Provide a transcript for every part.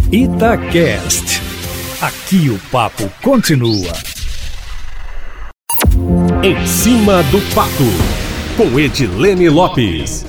Itacast. Aqui o papo continua. Em cima do fato, com Edilene Lopes.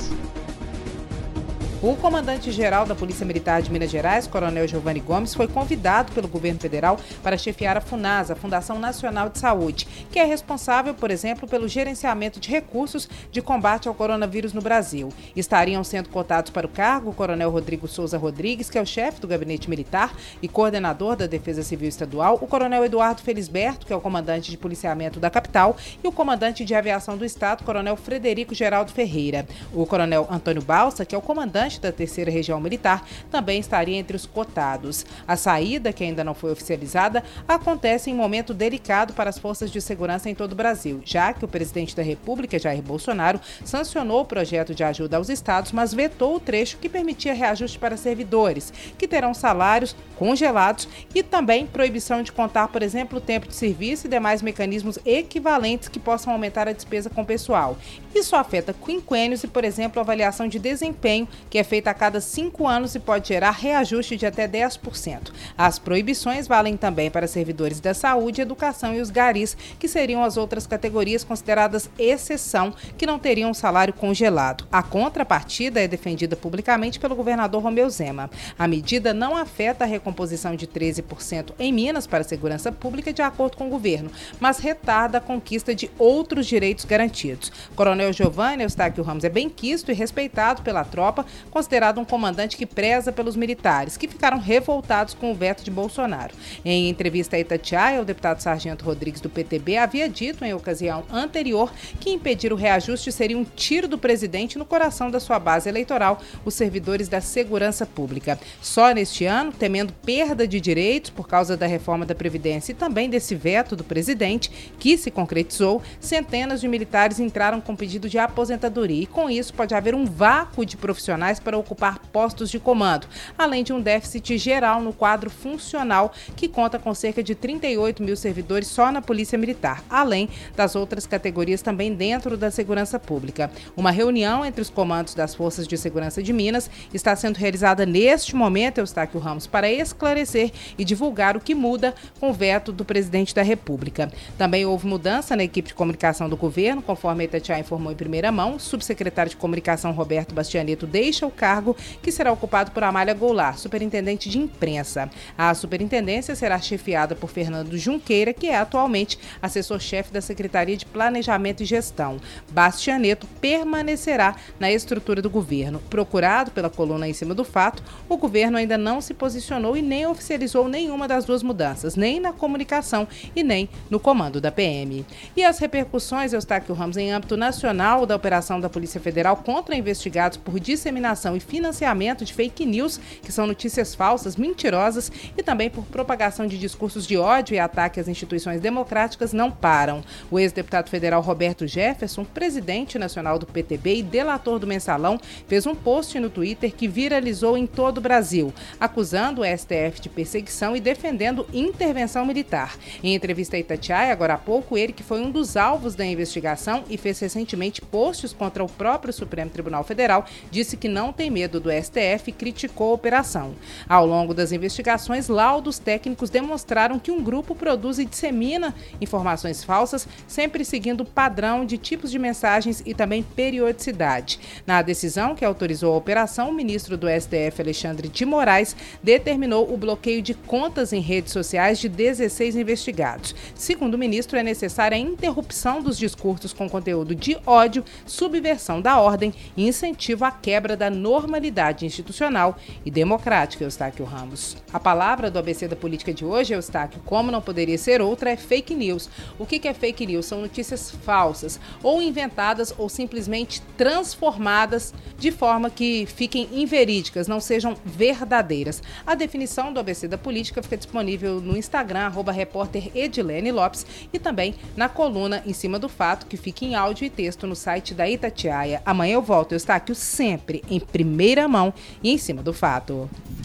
O comandante-geral da Polícia Militar de Minas Gerais, Coronel Giovanni Gomes, foi convidado pelo governo federal para chefiar a FUNASA, a Fundação Nacional de Saúde, que é responsável, por exemplo, pelo gerenciamento de recursos de combate ao coronavírus no Brasil. Estariam sendo cotados para o cargo o Coronel Rodrigo Souza Rodrigues, que é o chefe do Gabinete Militar e coordenador da Defesa Civil Estadual, o Coronel Eduardo Felisberto, que é o comandante de policiamento da capital, e o comandante de aviação do Estado, Coronel Frederico Geraldo Ferreira. O Coronel Antônio Balsa, que é o comandante da 3ª Região Militar, também estaria entre os cotados. A saída, que ainda não foi oficializada, acontece em momento delicado para as forças de segurança em todo o Brasil, já que o presidente da República, Jair Bolsonaro, sancionou o projeto de ajuda aos estados, mas vetou o trecho que permitia reajuste para servidores, que terão salários congelados, e também proibição de contar, por exemplo, o tempo de serviço e demais mecanismos equivalentes que possam aumentar a despesa com o pessoal. Isso afeta quinquênios e, por exemplo, a avaliação de desempenho, que é feita a cada 5 anos e pode gerar reajuste de até 10%. As proibições valem também para servidores da saúde, educação e os garis, que seriam as outras categorias consideradas exceção, que não teriam salário congelado. A contrapartida é defendida publicamente pelo governador Romeu Zema. A medida não afeta a recomposição de 13% em Minas para a segurança pública, de acordo com o governo, mas retarda a conquista de outros direitos garantidos. Coronel Giovanni Eustáquio Ramos é benquisto e respeitado pela tropa, considerado um comandante que preza pelos militares, que ficaram revoltados com o veto de Bolsonaro. Em entrevista a Itatiaia, o deputado Sargento Rodrigues do PTB havia dito em ocasião anterior que impedir o reajuste seria um tiro do presidente no coração da sua base eleitoral, os servidores da segurança pública. Só neste ano, temendo perda de direitos por causa da reforma da Previdência e também desse veto do presidente, que se concretizou, centenas de militares entraram com pedido de aposentadoria e com isso pode haver um vácuo de profissionais para ocupar postos de comando, além de um déficit geral no quadro funcional, que conta com cerca de 38 mil servidores só na Polícia Militar, além das outras categorias também dentro da segurança pública. Uma reunião entre os comandos das Forças de Segurança de Minas está sendo realizada neste momento, Eustáquio Ramos, para esclarecer e divulgar o que muda com o veto do presidente da República. Também houve mudança na equipe de comunicação do governo, conforme a Itatiaia informou em primeira mão. O subsecretário de Comunicação, Roberto Bastianetto, deixa o cargo, que será ocupado por Amália Goulart, superintendente de imprensa. A superintendência será chefiada por Fernando Junqueira, que é atualmente assessor-chefe da Secretaria de Planejamento e Gestão. Bastianetto permanecerá na estrutura do governo. Procurado pela coluna Em Cima do Fato, o governo ainda não se posicionou e nem oficializou nenhuma das duas mudanças, nem na comunicação e nem no comando da PM. E as repercussões, Eustáquio Ramos, em âmbito nacional da operação da Polícia Federal contra investigados por disseminação e financiamento de fake news, que são notícias falsas, mentirosas, e também por propagação de discursos de ódio e ataque às instituições democráticas, não param. O ex-deputado federal Roberto Jefferson, presidente nacional do PTB e delator do Mensalão, fez um post no Twitter que viralizou em todo o Brasil, acusando o STF de perseguição e defendendo intervenção militar. Em entrevista a Itatiaia, agora há pouco, ele, que foi um dos alvos da investigação e fez recentemente posts contra o próprio Supremo Tribunal Federal, disse que não tem medo do STF e criticou a operação. Ao longo das investigações, laudos técnicos demonstraram que um grupo produz e dissemina informações falsas, sempre seguindo o padrão de tipos de mensagens e também periodicidade. Na decisão que autorizou a operação, o ministro do STF, Alexandre de Moraes, determinou o bloqueio de contas em redes sociais de 16 investigados. Segundo o ministro, é necessária a interrupção dos discursos com conteúdo de ódio, subversão da ordem e incentivo à quebra da normalidade institucional e democrática, Eustáquio Ramos. A palavra do ABC da política de hoje, Eustáquio, como não poderia ser outra, é fake news. O que é fake news? São notícias falsas, ou inventadas ou simplesmente transformadas de forma que fiquem inverídicas, não sejam verdadeiras. A definição do ABC da política fica disponível no Instagram, @repórter Edilene Lopes, e também na coluna Em Cima do Fato, que fica em áudio e texto no site da Itatiaia. Amanhã eu volto, Eustáquio, sempre em primeira mão e em cima do fato.